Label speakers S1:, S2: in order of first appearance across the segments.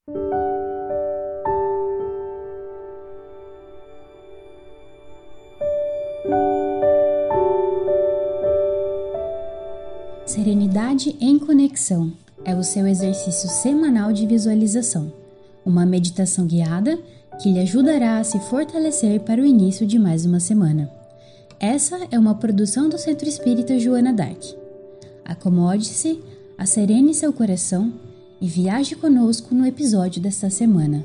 S1: Serenidade em Conexão é o seu exercício semanal de visualização, uma meditação guiada que lhe ajudará a se fortalecer para o início de mais uma semana. Essa é uma produção do Centro Espírita Joana d'Arc. Acomode-se, acerene seu coração e viaje conosco no episódio desta semana.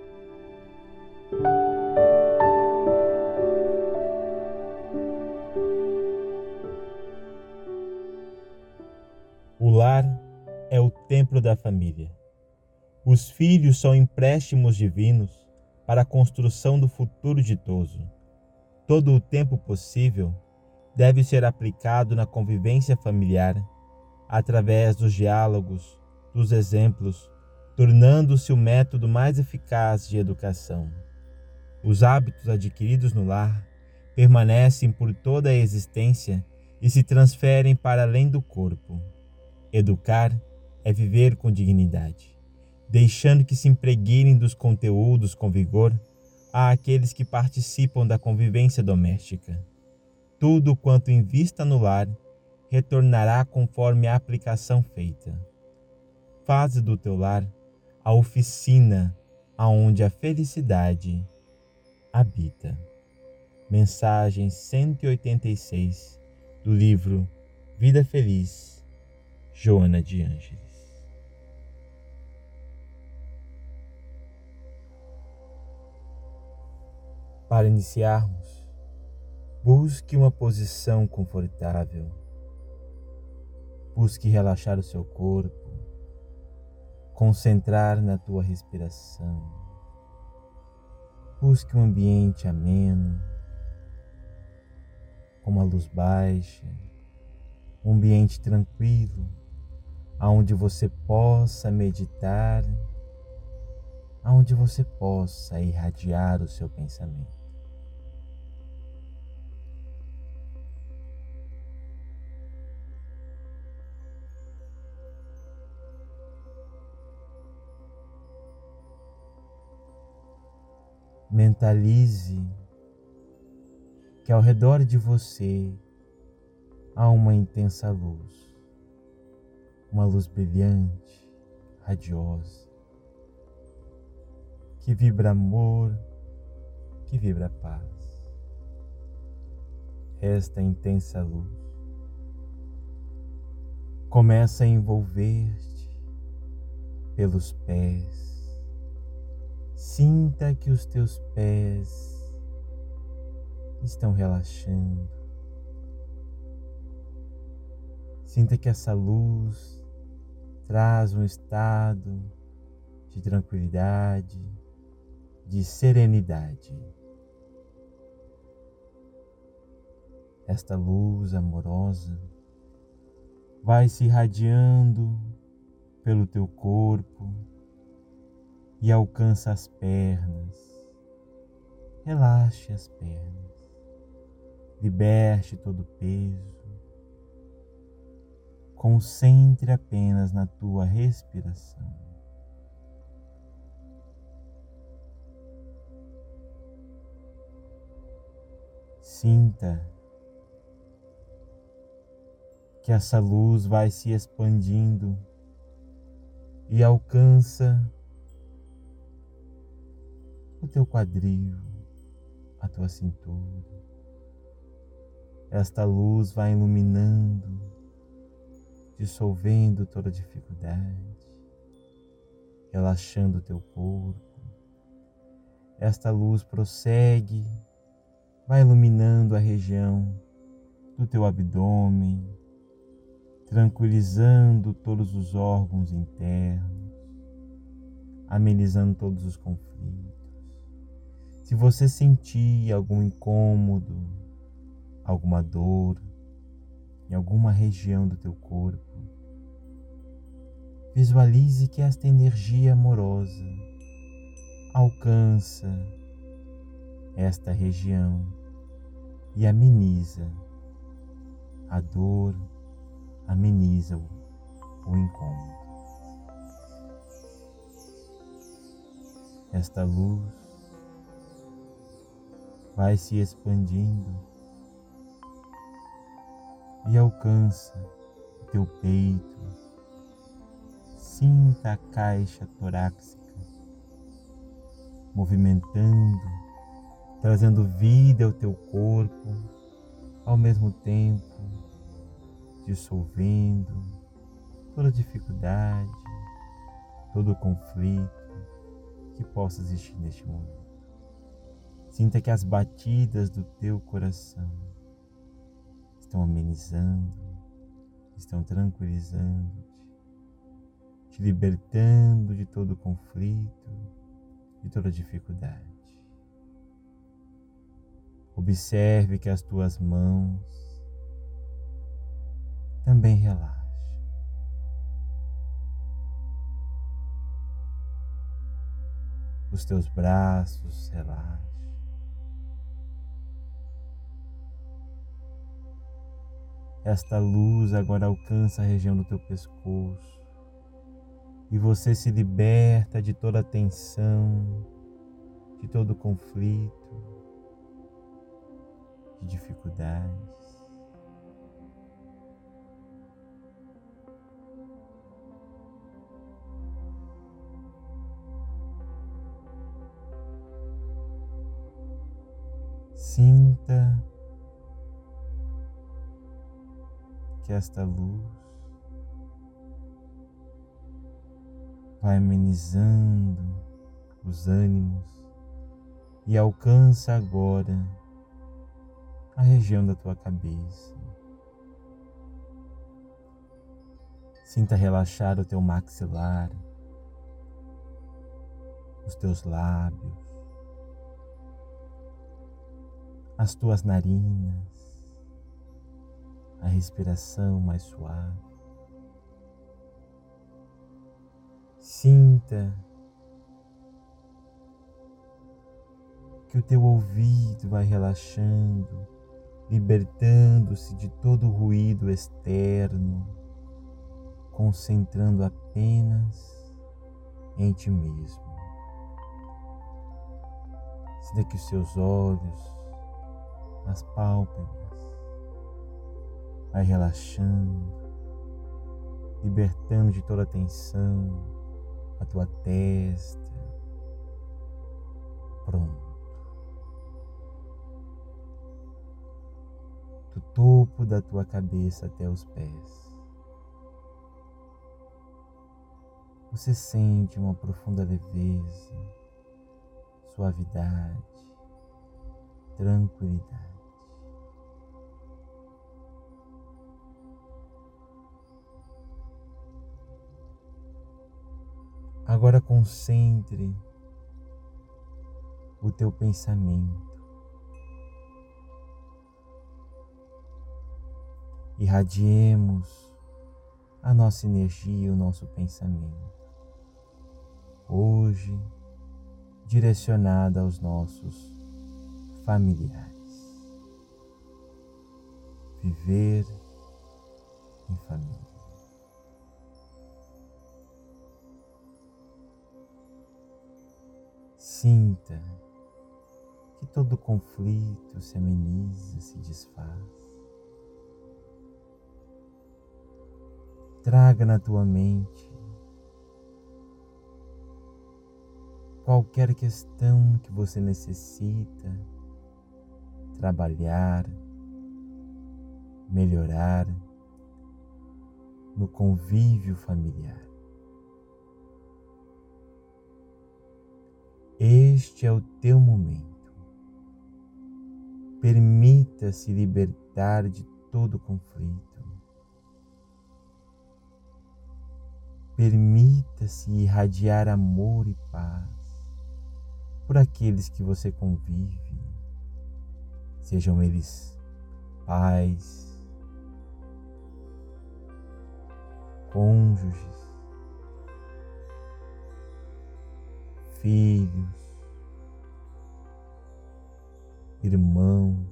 S2: O lar é o templo da família. Os filhos são empréstimos divinos para a construção do futuro ditoso. Todo o tempo possível deve ser aplicado na convivência familiar, através dos diálogos, dos exemplos, tornando-se o método mais eficaz de educação. Os hábitos adquiridos no lar permanecem por toda a existência e se transferem para além do corpo. Educar é viver com dignidade, deixando que se impreguem dos conteúdos com vigor àqueles que participam da convivência doméstica. Tudo quanto invista no lar retornará conforme a aplicação feita. Faze do teu lar a oficina aonde a felicidade habita. Mensagem 186 do livro Vida Feliz, Joana de Ângeles. Para iniciarmos, busque uma posição confortável. Busque relaxar o seu corpo, concentrar na tua respiração. Busque um ambiente ameno, com uma luz baixa, um ambiente tranquilo, onde você possa meditar, onde você possa irradiar o seu pensamento. Mentalize que ao redor de você há uma intensa luz, uma luz brilhante, radiosa, que vibra amor, que vibra paz. Esta intensa luz começa a envolver-te pelos pés. Sinta que os teus pés estão relaxando. Sinta que essa luz traz um estado de tranquilidade, de serenidade. Esta luz amorosa vai se irradiando pelo teu corpo e alcança as pernas. Relaxe as pernas, liberte todo o peso. Concentre apenas na tua respiração. Sinta que essa luz vai se expandindo e alcança o teu quadril, a tua cintura. Esta luz vai iluminando, dissolvendo toda dificuldade, relaxando o teu corpo. Esta luz prossegue, vai iluminando a região do teu abdômen, tranquilizando todos os órgãos internos, amenizando todos os conflitos. Se você sentir algum incômodo, alguma dor em alguma região do teu corpo, visualize que esta energia amorosa alcança esta região e ameniza a dor, ameniza o incômodo. Esta luz vai se expandindo e alcança o teu peito. Sinta a caixa torácica movimentando, trazendo vida ao teu corpo, ao mesmo tempo dissolvendo toda dificuldade, todo conflito que possa existir neste momento. Sinta que as batidas do teu coração estão amenizando, estão tranquilizando-te, te libertando de todo conflito, de toda dificuldade. Observe que as tuas mãos também relaxam. Os teus braços relaxam. Esta luz agora alcança a região do teu pescoço e você se liberta de toda a tensão, de todo conflito, de dificuldades. Sinta que esta luz vai amenizando os ânimos e alcança agora a região da tua cabeça. Sinta relaxar o teu maxilar, os teus lábios, as tuas narinas, a respiração mais suave. Sinta que o teu ouvido vai relaxando, libertando-se de todo o ruído externo, concentrando apenas em ti mesmo. Sinta que os seus olhos, as pálpebras, vai relaxando, libertando de toda a tensão a tua testa. Pronto. Do topo da tua cabeça até os pés. Você sente uma profunda leveza, suavidade, tranquilidade. Agora concentre o teu pensamento. Irradiemos a nossa energia, o nosso pensamento. Hoje, direcionada aos nossos familiares. Viver em família. Sinta que todo conflito se ameniza, se desfaz. Traga na tua mente qualquer questão que você necessita trabalhar, melhorar no convívio familiar. Este é o teu momento. Permita-se libertar de todo conflito. Permita-se irradiar amor e paz por aqueles que você convive, sejam eles pais, cônjuges, filhos, irmãos,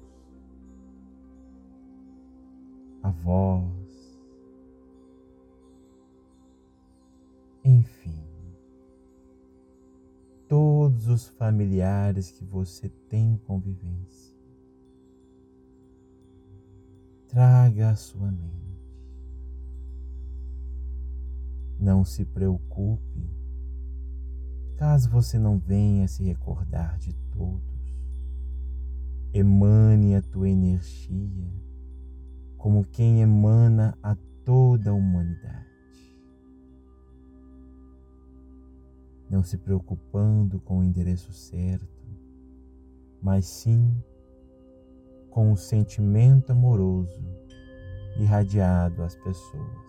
S2: avós, enfim, todos os familiares que você tem convivência. Traga à sua mente. Não se preocupe caso você não venha se recordar de todos. Emane a tua energia como quem emana a toda a humanidade. Não se preocupando com o endereço certo, mas sim com o sentimento amoroso irradiado às pessoas.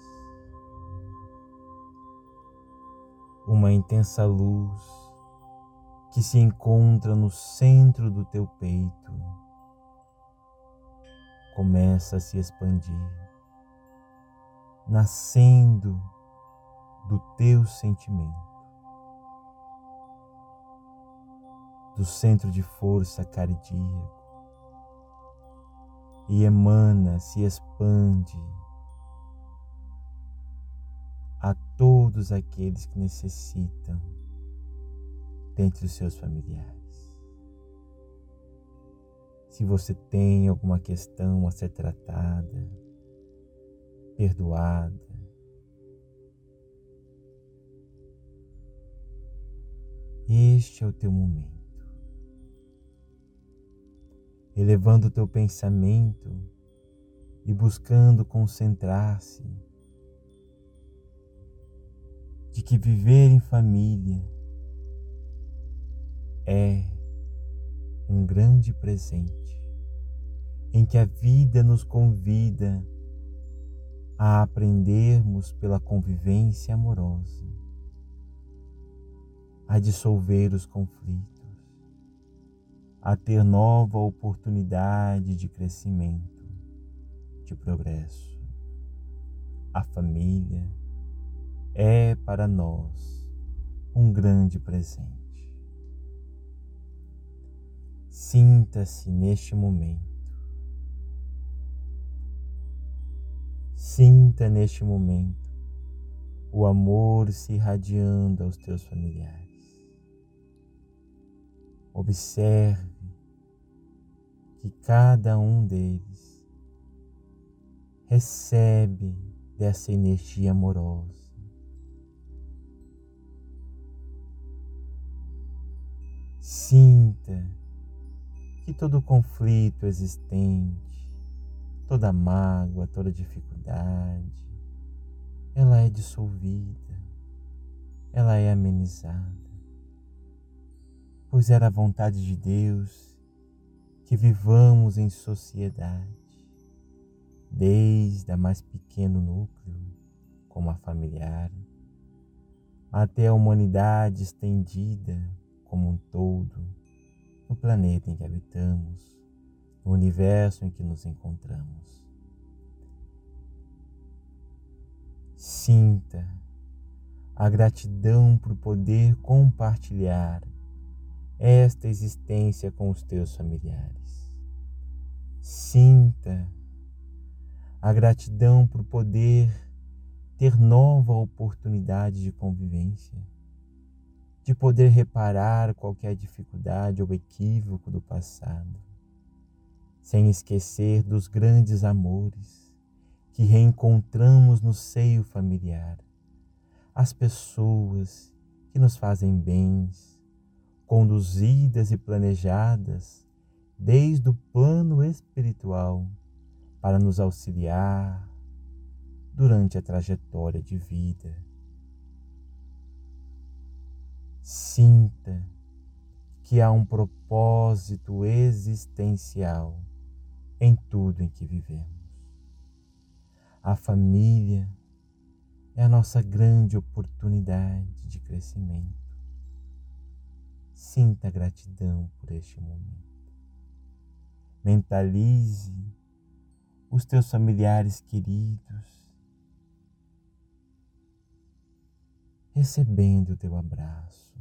S2: Uma intensa luz que se encontra no centro do teu peito começa a se expandir, nascendo do teu sentimento, do centro de força cardíaco, e emana, se expande a todos aqueles que necessitam dentre os seus familiares. Se você tem alguma questão a ser tratada, perdoada, este é o teu momento. Elevando o teu pensamento e buscando concentrar-se de que viver em família é um grande presente, em que a vida nos convida a aprendermos pela convivência amorosa, a dissolver os conflitos, a ter nova oportunidade de crescimento, de progresso. A família é para nós um grande presente. Sinta-se neste momento. Sinta neste momento o amor se irradiando aos teus familiares. Observe que cada um deles recebe dessa energia amorosa. Sinta que todo conflito existente, toda mágoa, toda dificuldade, ela é dissolvida, ela é amenizada, pois era a vontade de Deus que vivamos em sociedade, desde a mais pequeno núcleo, como a familiar, até a humanidade estendida como um todo, no planeta em que habitamos, no universo em que nos encontramos. Sinta a gratidão por poder compartilhar esta existência com os teus familiares. Sinta a gratidão por poder ter nova oportunidade de convivência, de poder reparar qualquer dificuldade ou equívoco do passado, sem esquecer dos grandes amores que reencontramos no seio familiar, as pessoas que nos fazem bens, conduzidas e planejadas desde o plano espiritual para nos auxiliar durante a trajetória de vida. Sinta que há um propósito existencial em tudo em que vivemos. A família é a nossa grande oportunidade de crescimento. Sinta gratidão por este momento. Mentalize os teus familiares queridos recebendo o teu abraço,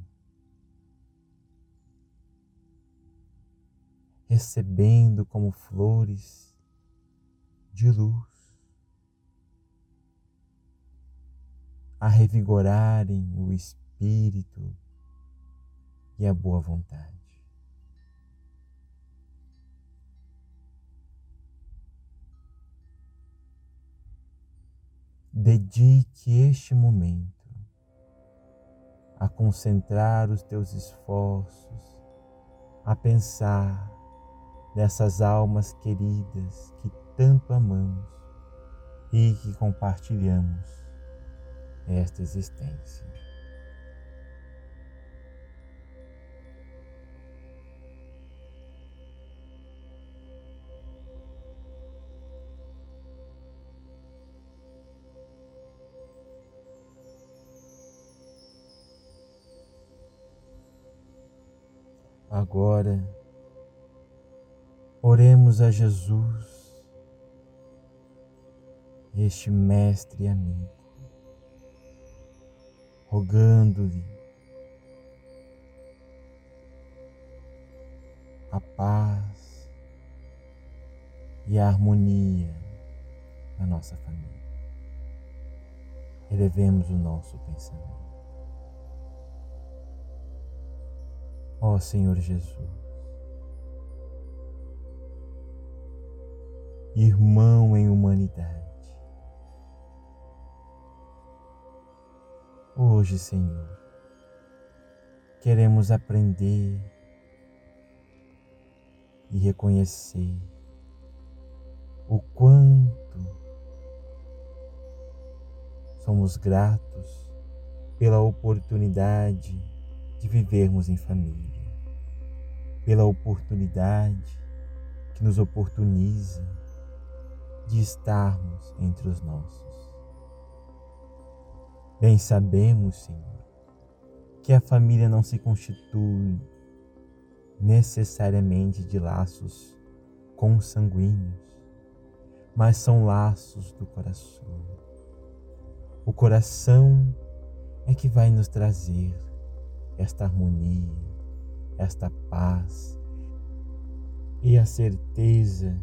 S2: recebendo como flores de luz, a revigorarem o espírito e a boa vontade. Dedique este momento a concentrar os teus esforços, a pensar nessas almas queridas que tanto amamos e que compartilhamos esta existência. Agora, oremos a Jesus, este mestre e amigo, rogando-lhe a paz e a harmonia na nossa família. Elevemos o nosso pensamento. Ó Senhor Jesus, irmão em humanidade, hoje, Senhor, queremos aprender e reconhecer o quanto somos gratos pela oportunidade de vivermos em família, pela oportunidade que nos oportuniza de estarmos entre os nossos. Bem sabemos, Senhor, que a família não se constitui necessariamente de laços consanguíneos, mas são laços do coração. O coração é que vai nos trazer esta harmonia, esta paz e a certeza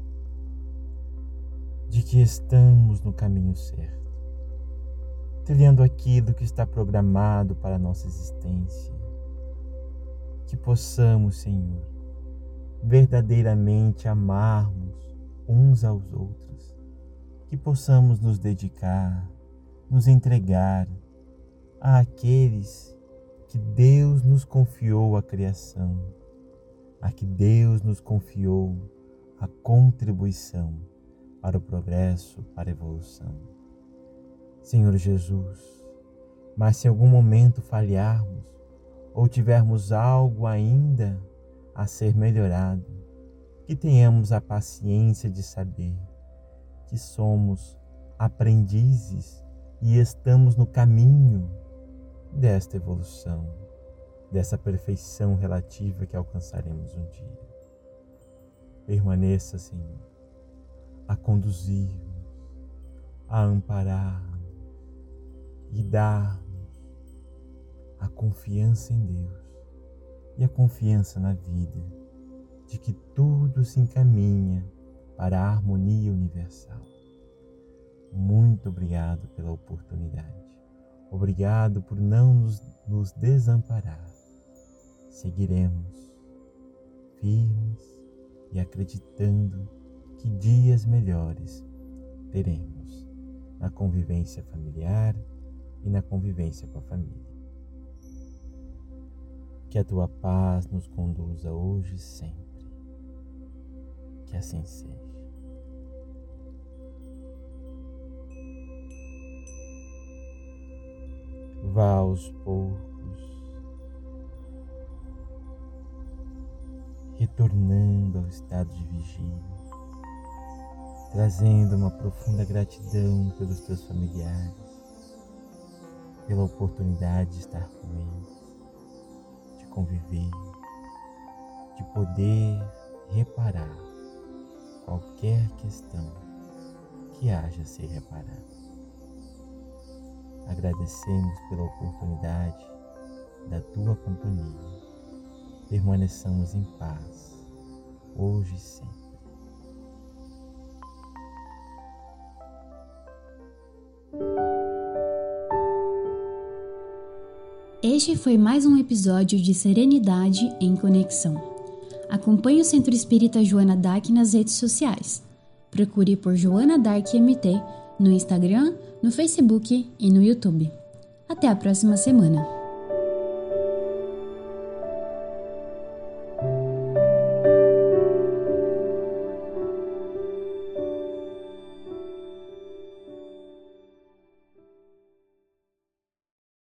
S2: de que estamos no caminho certo, trilhando aquilo que está programado para a nossa existência. Que possamos, Senhor, verdadeiramente amarmos uns aos outros, que possamos nos dedicar, nos entregar àqueles que Deus nos confiou a criação, a que Deus nos confiou a contribuição para o progresso, para a evolução. Senhor Jesus, mas se em algum momento falharmos ou tivermos algo ainda a ser melhorado, que tenhamos a paciência de saber que somos aprendizes e estamos no caminho desta evolução, dessa perfeição relativa que alcançaremos um dia. Permaneça, Senhor, a conduzir-nos, a amparar-nos e dar-nos a confiança em Deus e a confiança na vida, de que tudo se encaminha para a harmonia universal. Muito obrigado pela oportunidade. Obrigado por não nos desamparar. Seguiremos firmes e acreditando que dias melhores teremos na convivência familiar e na convivência com a família. Que a tua paz nos conduza hoje e sempre. Que assim seja. Vá aos poucos, retornando ao estado de vigília, trazendo uma profunda gratidão pelos teus familiares, pela oportunidade de estar com eles, de conviver, de poder reparar qualquer questão que haja a ser reparada. Agradecemos pela oportunidade da tua companhia. Permaneçamos em paz, hoje e sempre.
S1: Este foi mais um episódio de Serenidade em Conexão. Acompanhe o Centro Espírita Joana Dark nas redes sociais. Procure por Joana Dark MT no Instagram, no Facebook e no YouTube. Até a próxima semana!